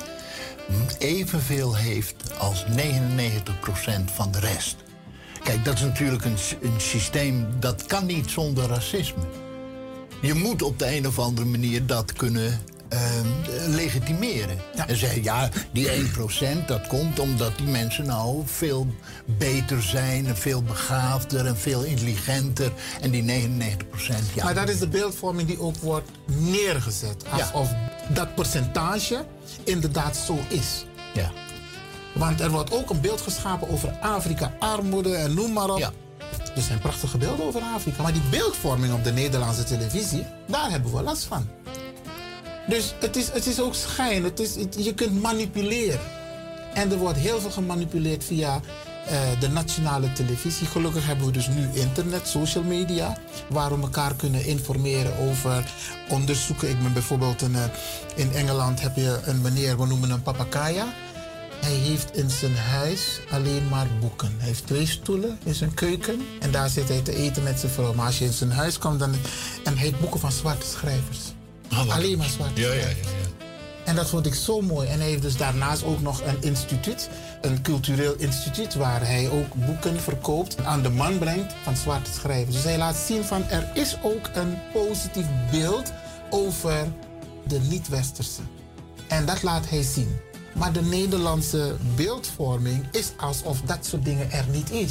evenveel heeft als negenennegentig procent van de rest. Kijk, dat is natuurlijk een, een systeem dat kan niet zonder racisme. Je moet op de een of andere manier dat kunnen uh, legitimeren. Ja. En zeggen, ja, die één procent, dat komt omdat die mensen nou veel beter zijn en veel begaafder en veel intelligenter. En die negenennegentig procent, ja. Maar dat is de beeldvorming die ook wordt neergezet. Alsof ja. dat percentage inderdaad zo is. Ja. Want er wordt ook een beeld geschapen over Afrika, armoede en noem maar op. Ja. Er zijn prachtige beelden over Afrika. Maar die beeldvorming op de Nederlandse televisie, daar hebben we last van. Dus het is, het is ook schijn. Het is, het, je kunt manipuleren. En er wordt heel veel gemanipuleerd via uh, de nationale televisie. Gelukkig hebben we dus nu internet, social media, waar we elkaar kunnen informeren over onderzoeken. Ik ben bijvoorbeeld in, uh, in Engeland heb je een meneer, we noemen hem Papakaya. Hij heeft in zijn huis alleen maar boeken. Hij heeft twee stoelen in zijn keuken en daar zit hij te eten met zijn vrouw. Maar als je in zijn huis komt, dan... En hij heeft boeken van zwarte schrijvers. Oh, alleen maar zwarte ja, schrijvers. Ja, ja, ja. En dat vond ik zo mooi. En hij heeft dus daarnaast ook nog een instituut, een cultureel instituut, waar hij ook boeken verkoopt, aan de man brengt van zwarte schrijvers. Dus hij laat zien van, er is ook een positief beeld over de niet-westerse. En dat laat hij zien. Maar de Nederlandse beeldvorming is alsof dat soort dingen er niet is.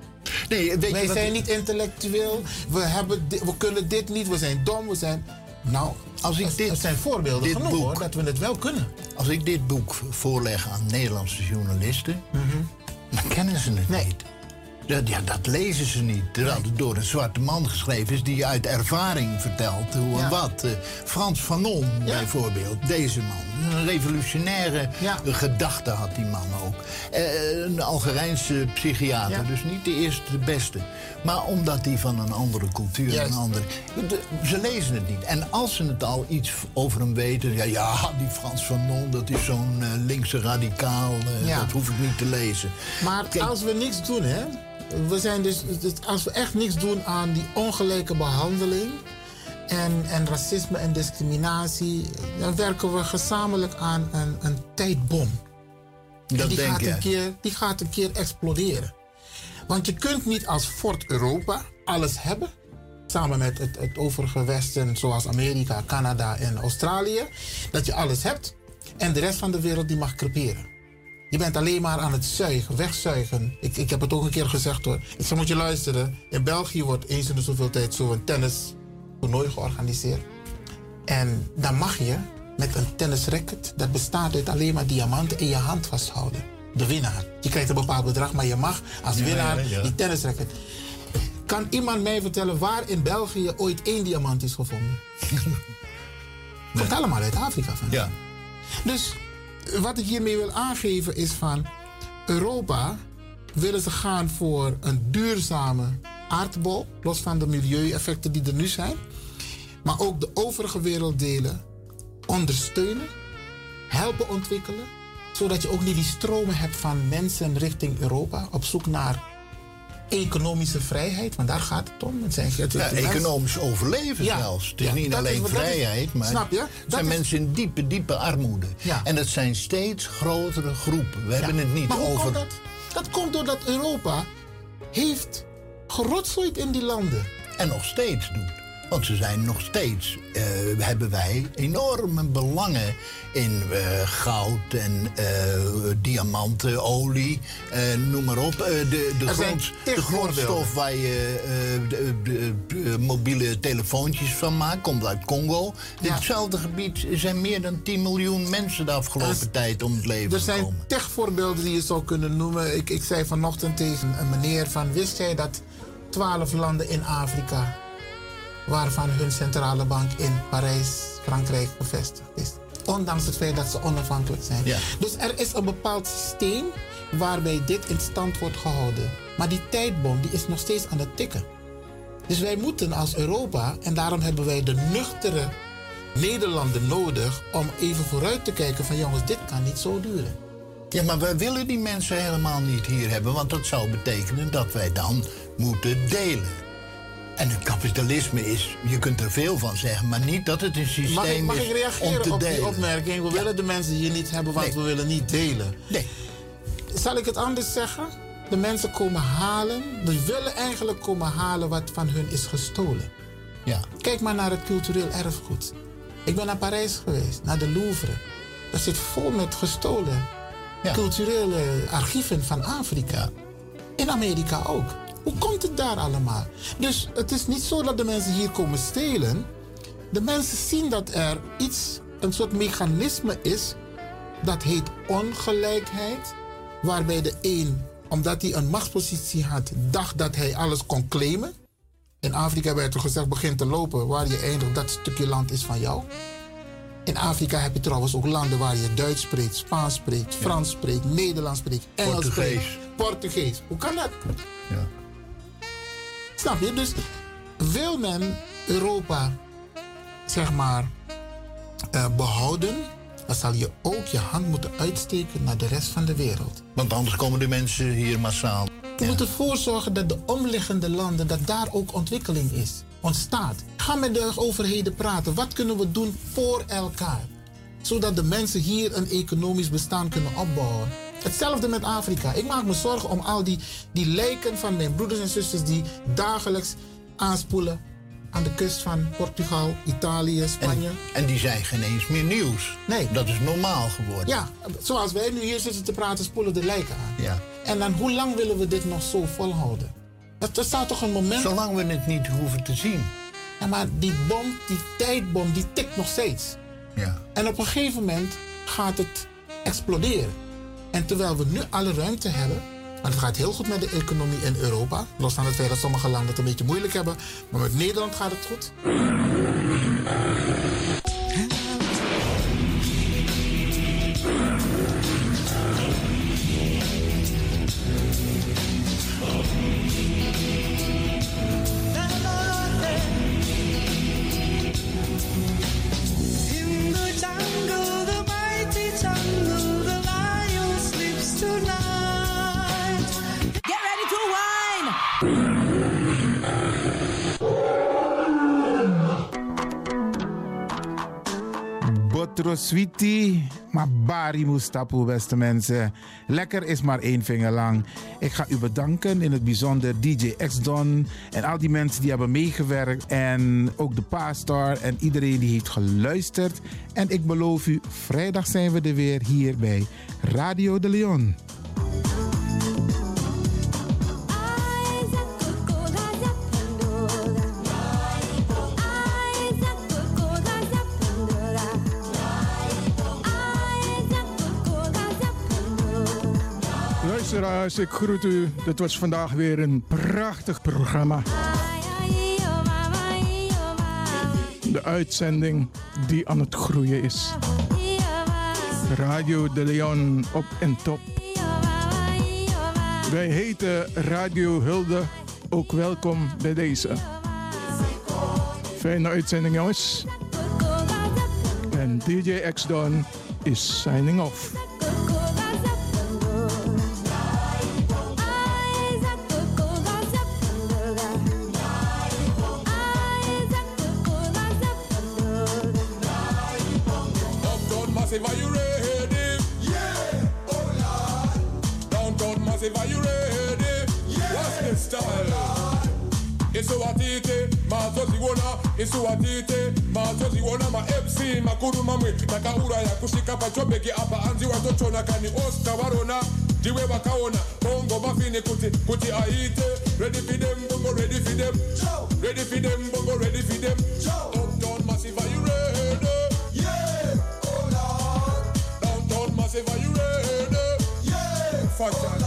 Nee, weet Wij je zijn wat... niet intellectueel, we, hebben di- we kunnen dit niet, we zijn dom, we zijn... Nou, als ik dit, er zijn voorbeelden dit genoeg boek, hoor, dat we het wel kunnen. Als ik dit boek voorleg aan Nederlandse journalisten, mm-hmm. dan kennen ze het nee. niet. Dat, ja, dat lezen ze niet. Terwijl het door een zwarte man geschreven is die uit ervaring vertelt hoe en ja. wat. Uh, Frans Fanon ja. bijvoorbeeld, deze man. Een revolutionaire ja. gedachte had die man ook. Uh, een Algerijnse psychiater, ja. dus niet de eerste, de beste. Maar omdat hij van een andere cultuur, yes. een andere... De, ze lezen het niet. En als ze het al iets over hem weten... Ja, ja die Frans Fanon, dat is zo'n uh, linkse radicaal. Uh, ja. Dat hoef ik niet te lezen. Maar Kijk, als we niks doen, hè... We zijn dus, als we echt niks doen aan die ongelijke behandeling en, en racisme en discriminatie, dan werken we gezamenlijk aan een, een tijdbom. Dat en die, denk gaat een keer, die gaat een keer exploderen. Want je kunt niet als Fort Europa alles hebben, samen met het, het overige Westen, zoals Amerika, Canada en Australië, dat je alles hebt en de rest van de wereld die mag creperen. Je bent alleen maar aan het zuigen, wegzuigen. Ik, ik heb het ook een keer gezegd hoor. Ik zeg, moet je luisteren. In België wordt eens in de zoveel tijd zo'n tennistoernooi georganiseerd. En dan mag je met een tennisracket, dat bestaat uit alleen maar diamanten, in je hand vasthouden. De winnaar. Je krijgt een bepaald bedrag, maar je mag als ja, winnaar ja, ja. die tennisracket. Kan iemand mij vertellen waar in België ooit één diamant is gevonden? Nee. Komt allemaal uit Afrika van. Ja. Dus... Wat ik hiermee wil aangeven is van Europa willen ze gaan voor een duurzame aardbol, los van de milieueffecten die er nu zijn, maar ook de overige werelddelen ondersteunen, helpen ontwikkelen, zodat je ook niet die stromen hebt van mensen richting Europa op zoek naar economische vrijheid, want daar gaat het om. Het zijn, het, ja, economisch overleven ja, zelfs. Het is ja, niet alleen is, vrijheid, is, maar snap je? het zijn is, mensen in diepe, diepe armoede. Ja. En dat zijn steeds grotere groepen. We ja. hebben het niet maar over... Komt dat? dat komt doordat Europa heeft gerotzoid in die landen. En nog steeds doet. Want ze zijn nog steeds, uh, hebben wij enorme belangen in uh, goud en uh, diamanten, olie, uh, noem maar op. Uh, de, de, grond, de grondstof waar je uh, de, de, de mobiele telefoontjes van maakt, komt uit Congo. Ja. In hetzelfde gebied zijn meer dan tien miljoen mensen de afgelopen er, tijd om het leven gekomen. Er zijn techvoorbeelden die je zou kunnen noemen. Ik, ik zei vanochtend tegen een meneer van, wist jij dat twaalf landen in Afrika, waarvan hun centrale bank in Parijs, Frankrijk gevestigd is. Ondanks het feit dat ze onafhankelijk zijn. Ja. Dus er is een bepaald systeem waarbij dit in stand wordt gehouden. Maar die tijdbom die is nog steeds aan het tikken. Dus wij moeten als Europa, en daarom hebben wij de nuchtere Nederlanden nodig om even vooruit te kijken van jongens, dit kan niet zo duren. Ja, maar wij willen die mensen helemaal niet hier hebben, want dat zou betekenen dat wij dan moeten delen. En het kapitalisme is, je kunt er veel van zeggen, maar niet dat het een systeem mag ik, mag is ik reageren om te op delen. die opmerking? We Ja. willen de mensen hier niet hebben, want Nee. we willen niet delen. Nee. Zal ik het anders zeggen? De mensen komen halen, ze willen eigenlijk komen halen wat van hun is gestolen. Ja. Kijk maar naar het cultureel erfgoed. Ik ben naar Parijs geweest, naar de Louvre. Dat zit vol met gestolen Ja. culturele archieven van Afrika. In Amerika ook. Hoe komt het daar allemaal? Dus het is niet zo dat de mensen hier komen stelen. De mensen zien dat er iets, een soort mechanisme is, dat heet ongelijkheid, waarbij de een, omdat hij een machtspositie had, dacht dat hij alles kon claimen. In Afrika werd er gezegd, begin te lopen, waar je eindigt, dat stukje land is van jou. In Afrika heb je trouwens ook landen waar je Duits spreekt, Spaans spreekt, Frans spreekt, Nederlands spreekt, Engels Portugees. spreekt, Portugees. Hoe kan dat? Ja. Snap je? Dus wil men Europa, zeg maar, uh, behouden, dan zal je ook je hand moeten uitsteken naar de rest van de wereld. Want anders komen de mensen hier massaal. Je moet ervoor zorgen dat de omliggende landen, dat daar ook ontwikkeling is, ontstaat. Ga met de overheden praten. Wat kunnen we doen voor elkaar? Zodat de mensen hier een economisch bestaan kunnen opbouwen. Hetzelfde met Afrika. Ik maak me zorgen om al die, die lijken van mijn broeders en zusters die dagelijks aanspoelen aan de kust van Portugal, Italië, Spanje. En, en die zijn geen eens meer nieuws. Nee. Dat is normaal geworden. Ja, zoals wij nu hier zitten te praten, spoelen de lijken aan. Ja. En dan, hoe lang willen we dit nog zo volhouden? Dat, dat staat toch een moment... Zolang we het niet hoeven te zien. Ja, maar die bom, die tijdbom, die tikt nog steeds. Ja. En op een gegeven moment gaat het exploderen. En terwijl we nu alle ruimte hebben, want het gaat heel goed met de economie in Europa, los van het feit dat sommige landen het een beetje moeilijk hebben, maar met Nederland gaat het goed. In the jungle, the mighty jungle, the lion sleeps tonight. Get ready to whine! Botro sweetie, maar bari mustapu, beste mensen. Lekker is maar één vinger lang. Ik ga u bedanken, in het bijzonder D J X-Don en al die mensen die hebben meegewerkt. En ook de Pastor en iedereen die heeft geluisterd. En ik beloof u, vrijdag zijn we er weer hier bij Radio de Leon. Luisteraars, ik groet u. Dit was vandaag weer een prachtig programma. De uitzending die aan het groeien is. Radio de Leon op en top. Wij heten Radio Hulde ook welkom bij deze. Fijne uitzending, jongens. En D J X-Don is signing off. Massive, are you ready? Yeah, oh Lord. Downtown Massive, are you ready? Yeah. What's the style? Isuatite, mazoziona, isuatite, mazoziona, ma M C, makuru mamwe, nakaura ya kushika pachobeki apa anzi watochona kani Oscar warona, diwe wakaona, bongo mafine kuti, kuti aite, ready for them, bongo ready for them, ready for them, bongo ready for them, Downtown Massive, are you ready? Massive, are you ready? Yeah! Fuck that.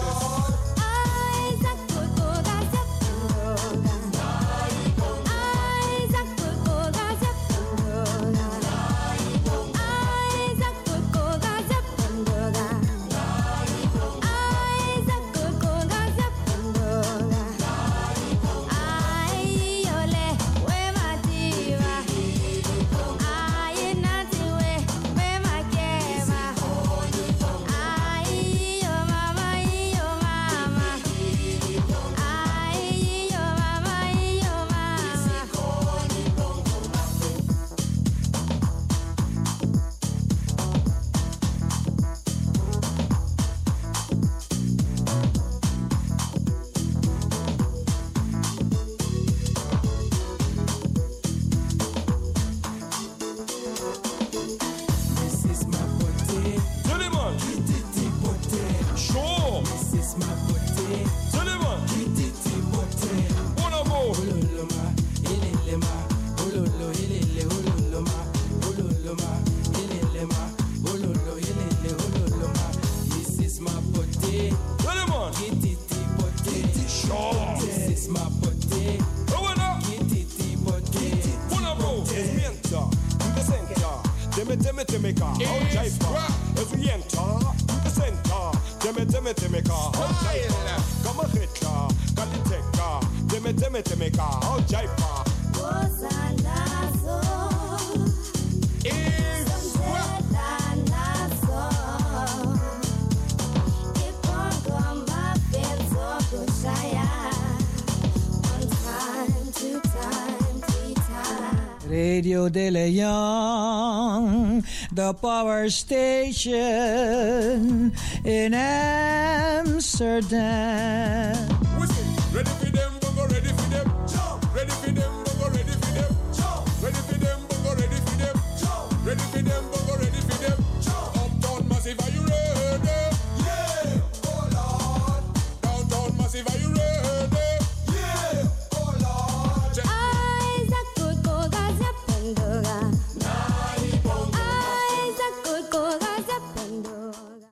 my body. Oh, no. Kitty body. Una bro. Es mi enter, to the center. Deme, deme, deme, ka. Oh, jaifa. As we enter, to the center. Deme, deme, deme, ka. Oh, jaifa. Come a hita, kaliteka. Deme, deme, deme, ka. Oh, jaifa. Radio De Leon, the power station in Amsterdam.